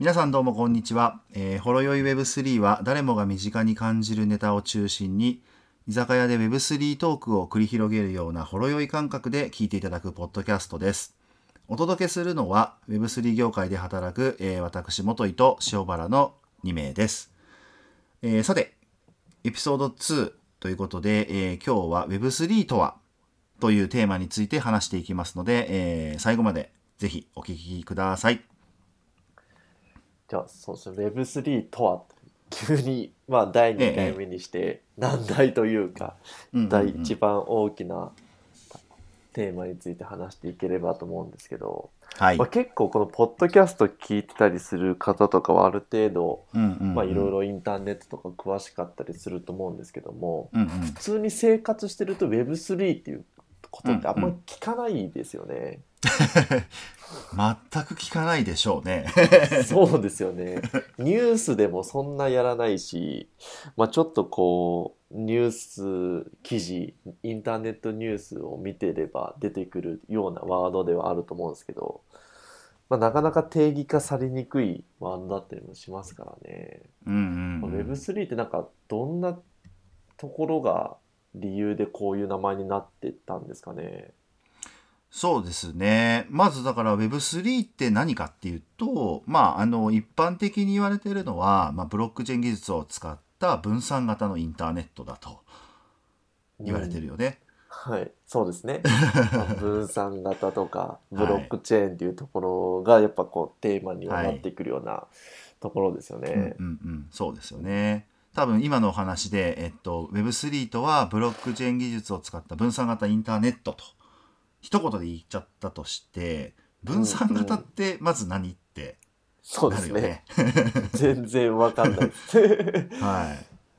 皆さんどうもこんにちは。ほろよい Web3 は誰もが身近に感じるネタを中心に居酒屋で Web3 トークを繰り広げるようなほろ酔い感覚で聞いていただくポッドキャストです。お届けするのは Web3 業界で働く、私元井と塩原の2名です。さてエピソード2ということで、今日は Web3 とはというテーマについて話していきますので、最後までぜひお聞きください。 じゃあそうですね Web3 とは急に第2回目にして難題というか、一番大きなテーマについて話していければと思うんですけど、 はい。 結構このポッドキャスト聞いてたりする方とかはある程度いろいろインターネットとか詳しかったりすると思うんですけども、普通に生活してると Web3 っていうことってあんまり聞かないですよね。 全く聞かないでしょうね。 そうですよね。ニュースでもそんなやらないし、ちょっとこうニュース記事、インターネットニュースを見てれば出てくるようなワードではあると思うんですけど、なかなか定義化されにくいワードだったりもしますからね。Web3 ってなんかどんなところが理由でこういう名前になってったんですかね。 そうですね。まずだから Web3 って何かっていうと、一般的に言われているのは、ブロックチェーン技術を使った分散型のインターネットだと言われてるよね。 はい、そうですね。分散型とかブロックチェーンっていうところがやっぱこうテーマにはなってくるようなところですよね。 そうですよね。多分今のお話で、Web3 とはブロックチェーン技術を使った分散型インターネットと一言で言っちゃったとして、分散型ってまず何ってなるよね。 全然わかんないです。 はい。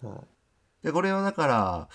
でこれはだから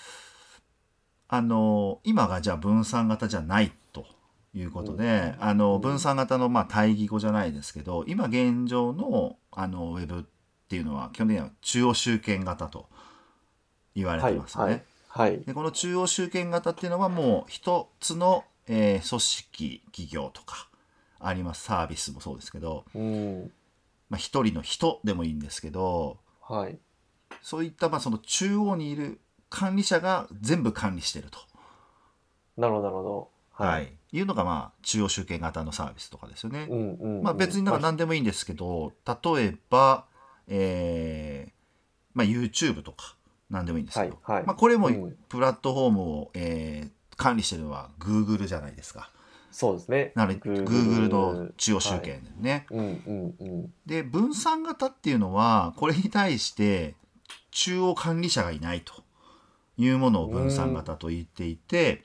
今がじゃあ分散型じゃないということで、分散型の対義語じゃないですけど、今現状のウェブっていうのは基本的には中央集権型と言われてますよね。でこの中央集権型っていうのはもう一つの、組織企業とかあります。サービスもそうですけど、一人の人でもいいんですけど、そういったその中央にいる管理者が全部管理してると。 なるほどなるほど。 いうのが中央集権型のサービスとかですよね。別に何でもいいんですけど、例えば、YouTube とか何でもいいんですけど、これもプラットフォームを、管理してるのは Google じゃないですか。 そうですね。 なので Google の中央集権ね。で分散型っていうのはこれに対して中央管理者がいないというものを分散型と言っていて、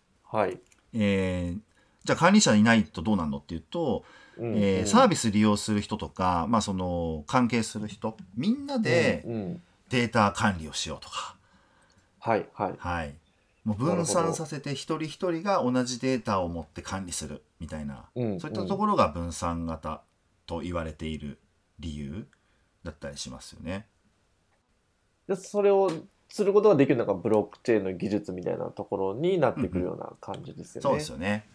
じゃあ管理者いないとどうなるのっていうと、サービス利用する人とか、その関係する人みんなでデータ管理をしようとか、もう分散させて一人一人が同じデータを持って管理するみたいな、そういったところが分散型と言われている理由だったりしますよね。 でそれをすることができるのがブロックチェーンの技術みたいなところになってくるような感じですよね。 そうですよね。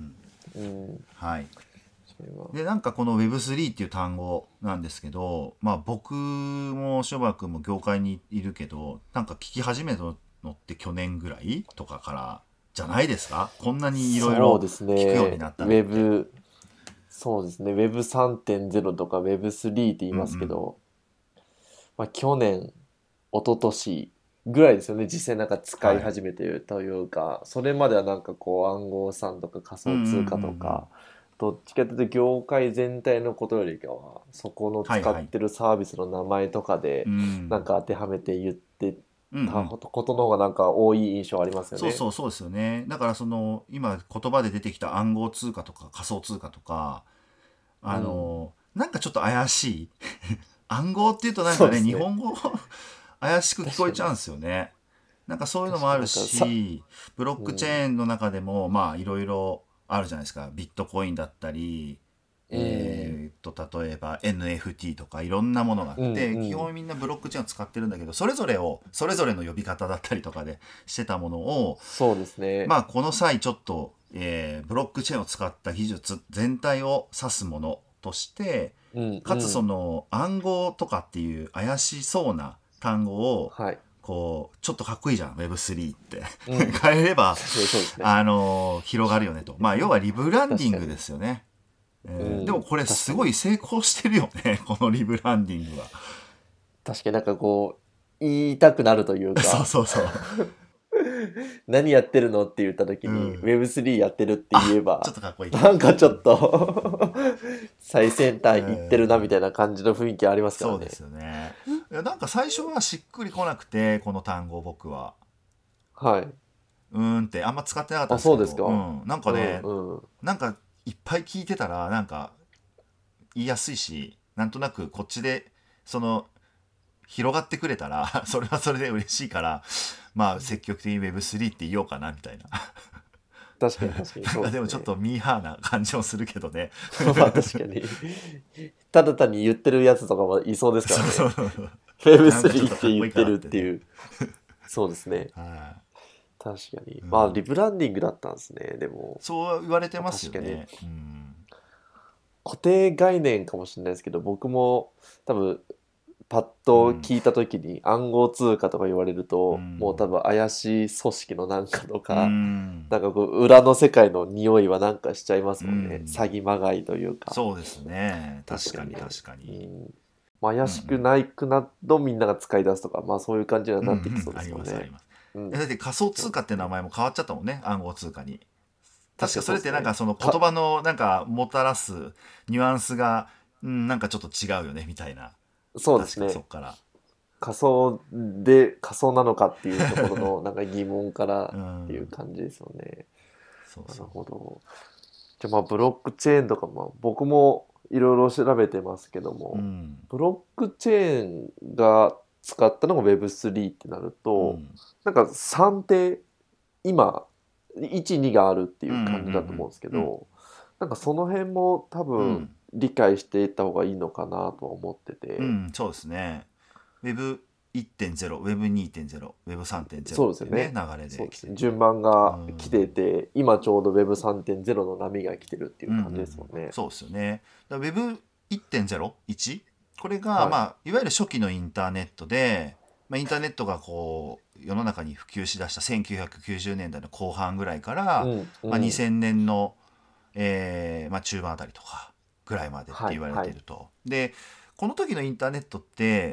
でなんかこの Web3 っていう単語なんですけど、僕も塩原君も業界にいるけど、なんか聞き始めたのって去年ぐらいとかからじゃないですか。こんなにいろいろ聞くようになったのって。 そうですね。Web3.0 とか Web3 って言いますけど、去年一昨年ぐらいですよね。実際なんか使い始めてるというか、それまではなんかこう暗号資産とか仮想通貨とか、どっちかというと業界全体のことよりかはそこの使ってるサービスの名前とかでなんか当てはめて言ってたことの方がなんか多い印象ありますよね。 そうですよね。だからその今言葉で出てきた暗号通貨とか仮想通貨とか、なんかちょっと怪しい暗号っていうとなんかね、日本語怪しく聞こえちゃうんですよね。なんかそういうのもあるし、ブロックチェーンの中でもいろいろあるじゃないですか。ビットコインだったり、例えば NFT とかいろんなものがあって、基本みんなブロックチェーンを使ってるんだけど、それぞれの呼び方だったりとかでしてたものを、 そうですね。 この際ちょっと、ブロックチェーンを使った技術全体を指すものとして、 うんかつそうん。 の暗号とかっていう怪しそうな単語をはい。 こうちょっとかっこいいじゃん Web3 ってうん。 変えれば確かにそうですね。 広がるよねと。まあ要はリブランディングで確かに。 すよね。 うでもん。 これす確かに。 ごい成功してるよねこのリブランディングは。 確かになんかこう、言いたくなるというそうか、 そうそう。 何やってるのって言った時にうん。 Web3 やってるって言えあ、ちょっば、 とかっこいい。 なんかちょっと最先端行ってるなみたうん。 いな感じの雰囲気ありますからね。 そうですよね。いやなんか最初はしっくりこなくてこの単語僕は。 はい。 ってあんま使ってなかったんあ、 ですけど、 そうですか。 なんかうんね、 うん。 なんかいっぱい聞いてたらなんか言いやすいし、なんとなくこっちでその広がってくれたらそれはそれで嬉しいから、まあ積極的に Web3 って言おうかなみたいな。 確かに確かになんかでそうですね。 もちょっとミーハーな感じもするけどね。 まあ確かに。ただ単に言ってるやつとかもいそうですからそうそね。 うそうそう。なんかちょっ Web3 っとかっこいいかて言ってらってね。 るっていう。そうですね。 は確かに。 い。うまあリん。 ブランディングだったんですね。でも、 そう言われてまあます確かによね。うん。 固定概念かもしれないですけど、僕も多分パッとうん。 聞いた時に暗号通貨とか言われるうと、もう多ん。 分怪しい組織のなんかとうか、 ん。 なんかこう裏の世界の匂いはなんかしちゃいまうすもんね。 ん。 詐欺まがいというか。 そうですね。確かに確かにね。 確かに。 うん。まあ怪しくうんうん。 ないくなどみんなが使い出すとか、まあそういう感じにはうんうなってきそうん。ありですもんね。 ますあります。 うん。 だって仮想通貨ってそうですね。 名前も変わっちゃったもんね。暗号通貨に。確確かかそれってなんかそうですね。 その言葉のなんかもたらすニュアンスが、なんかちょっと違うよねみたいな。確かそそうですね。 っから。 仮想で仮想なのかっていうところのなんか疑問からうっていうん。 感じですよね。なるそうそほど。じゃあまあブロックチェーンとか、まあ、僕もいろいろ調べてますけどう。うも、 ん。 ブロックチェーンが使ったのが Web3 ってなると、 うん。 なんか3って今1、2があるっていうんうんう感じだと思うんですけうんうん。 ど、なんかその辺も多分うん。 理解していった方がいいのかなとは思ってて、 うん。そうですね。Web1.0、Web2.0、Web3.0 っていうね、 そうですよね。 流れそうですね。 で来てて。 順番うが来てん。 て、今ちょうど Web3.0 の波が来てるっていううんうんう感じですもん。 んね。 そうですよね。Web1.0、1、これが、 はい。 まあ、いわゆる初期のインターネットで、まあ、インターネットがこう、世の中に普及しだした1990年代の後半ぐらいから、 うんうまあ、 ん。 2000年の、まあ、中盤あたりとかぐらいまでって言われはいはい。 ていると。で、この時のインターネットって、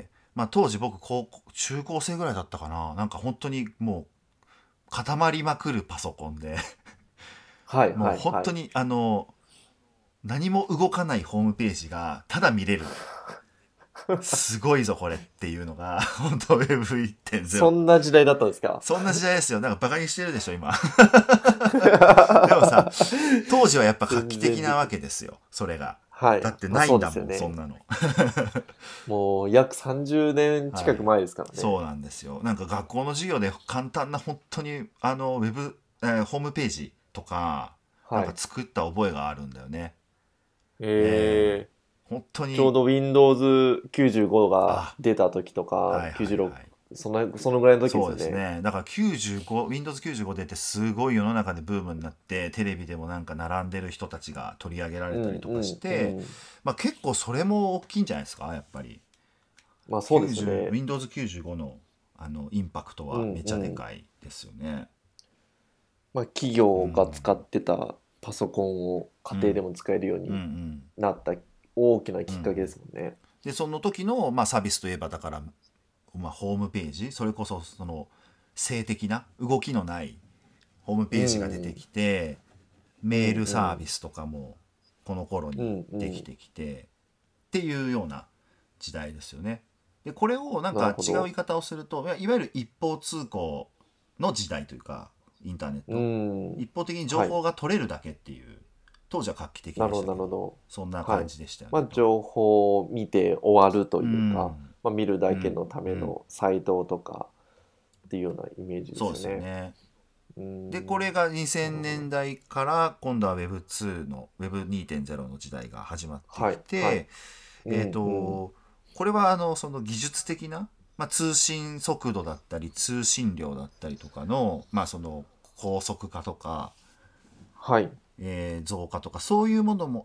まあ、当時僕中高生ぐらいだったかな。なんか本当にもう固まりまくるパソコンではいもうはいはい。 本当に何も動かないホームページがただ見れる。すごいぞこれっていうのが本当そ Web1.0。 んな時代だったんですか？ そんな時代ですよ。なんかバカにしてるでしょ今。でもさ、当時はやっぱ画期全然できる。 的なわけですよそれが。 はい。 だってまあそうでないんだもんそんすよね。 なの。 もう約30年近くはい。 前ですからね。 そうなんですよ。なんか学校の授業で簡単な本当にウェブ、ホームページとかなんかはい。 作った覚えがあるんだよね。 え本当ちょうに。 ど Windows 95があ、 出た時とか、 はいはいはい。 96、そのぐらいの時でそうすよね。 ですね。だから95、Windows 95出てすごい世の中でブームになって、テレビでもなんか並んでる人たちが取り上げられたりとかしうんうんうて、 ん。 まあ結構それも大きいんじゃないですか、やっぱり。 まあそうですよね。 Windows 95のインパクトうんはめちゃでうん。 かいですよね。 まあ企う業が使ん。 ってたパソコンを家庭でうん。 も使えるよううんうにん。 なった大きなうんうきっかけでん。 すもんね。 で、その時の、まあ、サービスといえば、だから、まあ、ホームページ、それこそ、静的な、動きのないホームうページが出てん。 きて、 うメールんうん。 サービスとかも、この頃にうんうん。 できてきて、っていうような時代ですよね。で、これをなんなるかほど。 違う言い方をすると、いわゆる一方通行の時代というか、インターネッうト。 ん。 一方的に情はい。 報が取れるだけっていう、当時は画期的なるほど、 でしたけど、 なるほど。 そんなはい。 感じでしたよまあ、 ねと。 情報を見て終わるとういうか、 ん。 まあ、見るだけのうん。 ためうん。 のサイトとかっていうようなイメージでそうですよすよね。 ね。 うで、こん。 れが2000 なるほど。 年代から今度は Web2 の Web2.0 の時代が始まってはい、はい。 きて、 うんうん。 これはその技術的な、まあ、通信速度だったり通信量だったりとかの、まあ、その高速化とか、 はい。 増加とかそういうものもあっ 、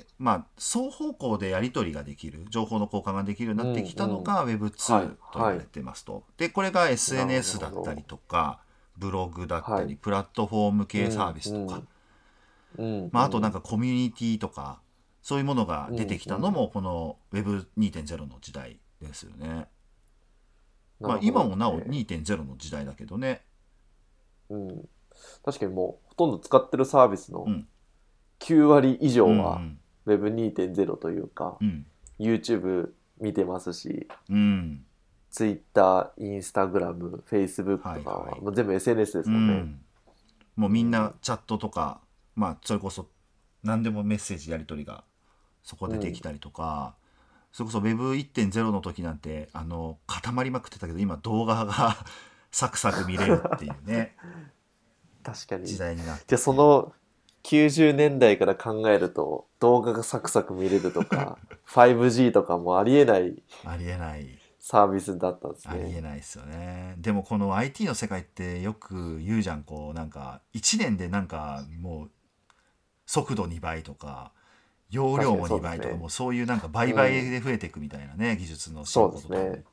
まあ、双方向でやり取りができる、情報の交換ができるようになってきたのが Web2 と言われてますと。でこれが SNS だったりとかブログだったりプラットフォーム系サービスとか、まあ、あとなんかコミュニティとかそういうものが出てきたのもこの Web2.0 の時代ですよね。まあ、今もなお 2.0 の時代だけどね。 確かにもうほとんど使ってるサービスの9割以上は Web2.0 というか、YouTube 見てますし、Twitter、Instagram、Facebook とかはもう全部 SNS ですもんね。 もうみんなチャットとか、まあそれこそ何でもメッセージやり取りがそこでできたりとか、それこそ Web1.0 の時なんて固まりまくってたけど、今動画がサクサク見れるっていうね確かに時代になって、 じゃあその90年代から考えると動画がサクサク見れるとか5G とかもありえないサービスだったんですね。 ありえないですよね。でもこの IT の世界ってよく言うじゃん、こうなんか1年でなんかもう速度2倍とか容量も2倍とか、もうそういうなんか倍々で増えていくみたいなね、技術の進歩とともに、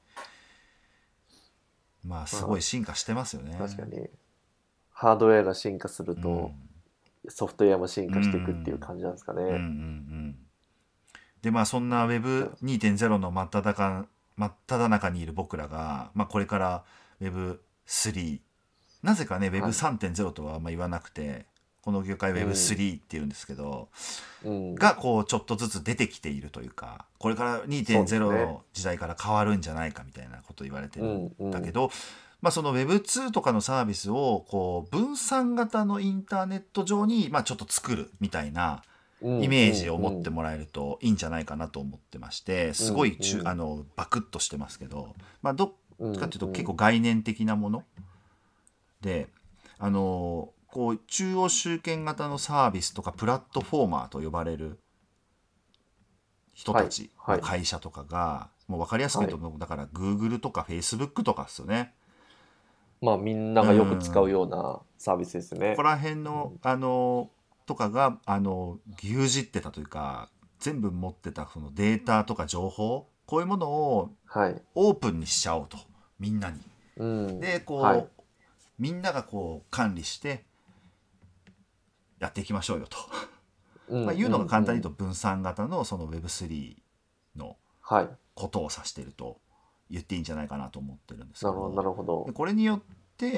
まあすごい進化してますよね。 確かにハードウェアが進化すると、ソフトウェアも進化していくっていう感じなんですかね。 でまあそんな Web2.0 の真っ只中にいる僕らが、まあ、これから Web3、 なぜかね Web3.0 とはあんま言わなくて、この業界 Web3 っていうんですけど、がこうちょっとずつ出てきているというか、これから 2.0 の時代から変わるんじゃないかみたいなこと言われてるんだけど、まあ、その Web2 とかのサービスをこう分散型のインターネット上にまあちょっと作るみたいなイメージを持ってもらえるといいんじゃないかなと思ってまして、すごいバクッとしてますけど、まあ、どっちかっていうと結構概念的なもので、こう中央集権型のサービスとかプラットフォーマーと呼ばれる人たち、会社とかがもう分かりやすく言うと、だから Google とか Facebook とかですよね。 まあみんながよく使うようなサービスですね。 ここら辺のとかが牛耳ってたというか、全部持ってたそのデータとか情報、こういうものをオープンにしちゃおうと、みんなに。でこう、みんながこう管理してやっていきましょうよとまあいうのが簡単に言うと分散型のその Web3 のことを指していると言っていいんじゃないかなと思ってるんですけど、 なるほど。 これによって、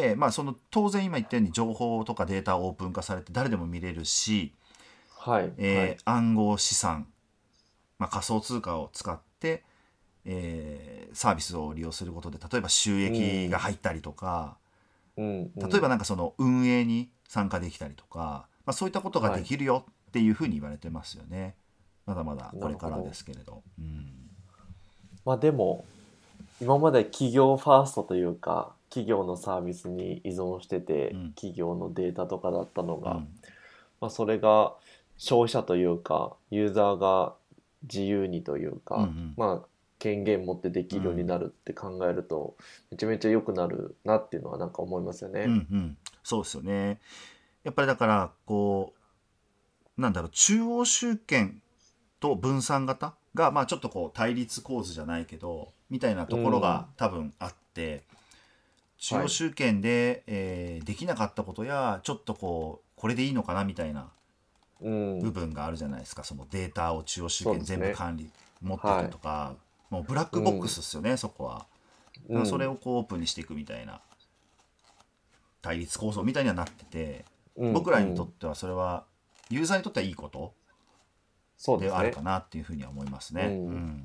まあ、その当然今言ったように情報とかデータオープン化されて誰でも見れるし、暗号資産、まあ、仮想通貨を使って、サービスを利用することで例えば収益が入ったりとか、例えばなんかその運営に参加できたりとか、まあ、そういったことができるよっていうふうに言われてますよね。まだまだこれからですけれど。 まあでも今まで企業ファーストというか企業のサービスに依存してて、企業のデータとかだったのが、まあ、それが消費者というかユーザーが自由にというか、まあ権限持ってできるようになるって考えると、めちゃめちゃ良くなるなっていうのはなんか思いますよね。 そうですよね。やっぱりだからこうなんだろう、中央集権と分散型がまあちょっとこう対立構図じゃないけどみたいなところが多分あって、中央集権で、できなかったことやちょっとこうこれでいいのかなみたいな部分があるじゃないですか。そのデータを中央集権全部管理、持ってるとか、もうブラックボックスですよね、そこは。それをこうオープンにしていくみたいな対立構造みたいにはなってて、僕らにとってはそれはユーザーにとってはいいことであるかなっていうふうには思いますね。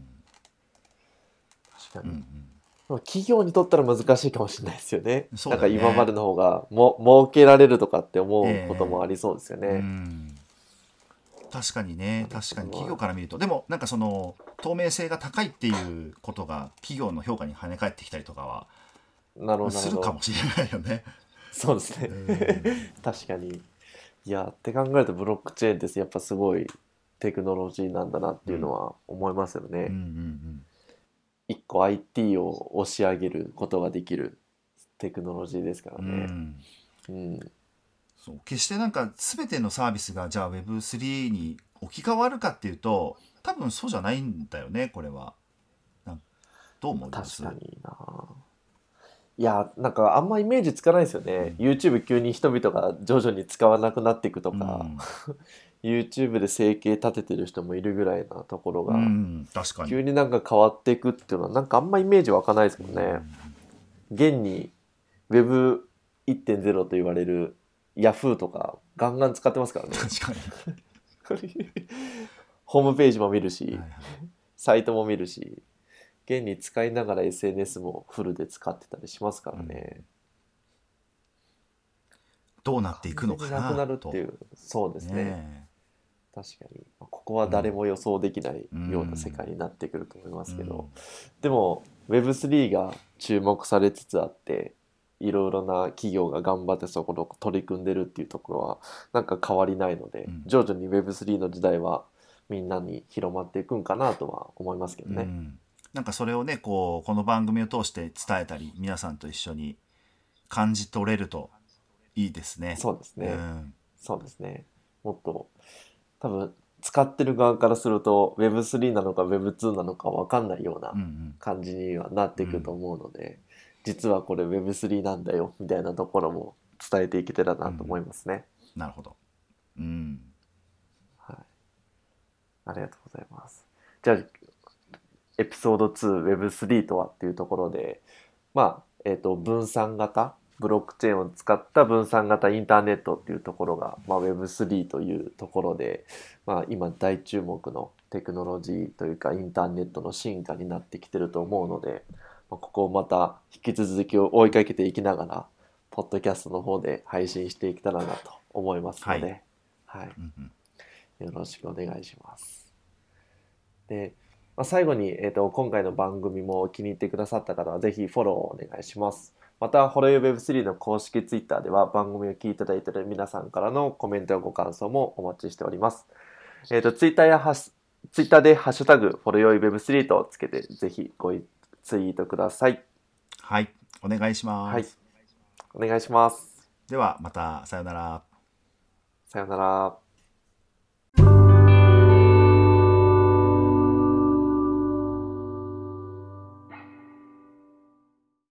確かに、企業にとったら難しいかもしれないですよね。なんか今までの方が儲けられるとかって思うこともありそうですよね。 確かにね、確かに企業から見ると、でもなんかその透明性が高いっていうことが企業の評価に跳ね返ってきたりとかはするかもしれないよね。 そうですね確かに。いやって考えるとブロックチェーンってやっぱすごいテクノロジーなんだなっていうのは思いますよね。一個 IT を押し上げることができるテクノロジーですからね。 そう決してなんか全てのサービスがじゃあ Web3 に置置き換わるかっていうと多分そうじゃないんだよねこれは。どう思います？ 確かにな。いや、なんかあんまイメージつかないですよね。YouTube 急に人々が徐々に使わなくなっていくとか、YouTube で生計立ててる人もいるぐらいなところが、 確かに。 急になんか変わっていくっていうのは、なんかあんまイメージ湧かないですもんね。現に Web1.0 と言われる Yahoo とかガンガン使ってますからね。 確かに。 ホームページも見るし、 はいはい、 サイトも見るし、現に使いながら SNS もフルで使ってたりしますからね。 どうなっていくのかなと。 なくなるっていう、そうですね。確かにここは誰も予想できないような世界になってくると思いますけど、でも Web3 が注目されつつあって、いろいろな企業が頑張ってそこを取り組んでるっていうところはなんか変わりないので、徐々に Web3 の時代はみんなに広まっていくんかなとは思いますけどね。 なんかそれをねこの番組を通して伝えたり皆さんと一緒に感じ取れるといいですね。 そうですね、そうですね。もっと多分使ってる側からすると Web3 なのか Web2 なのか分かんないような感じにはなっていくと思うので、実はこれ Web3 なんだよみたいなところも伝えていけたらなと思いますね。 なるほど。 はい、ありがとうございます。じゃあエピソード 2Web3 とはっていうところで、分散型ブロックチェーンを使った分散型インターネットっていうところが、Web3 というところで、今大注目のテクノロジーというかインターネットの進化になってきてると思うので、ここをまた引き続き追いかけていきながらポッドキャストの方で配信していけたらなと思いますので、よろしくお願いします。で、最後に、今回の番組も気に入ってくださった方はぜひフォローをお願いします。また、ほろよ Web3 の公式ツイッターでは番組を聞いていただいている皆さんからのコメントやご感想もお待ちしております。ツイッターでハッシュタグほろよい Web3 とつけてぜひごツイートください。 はい、お願いします。 はい、お願いします。 ではまたさよなら。 さよなら。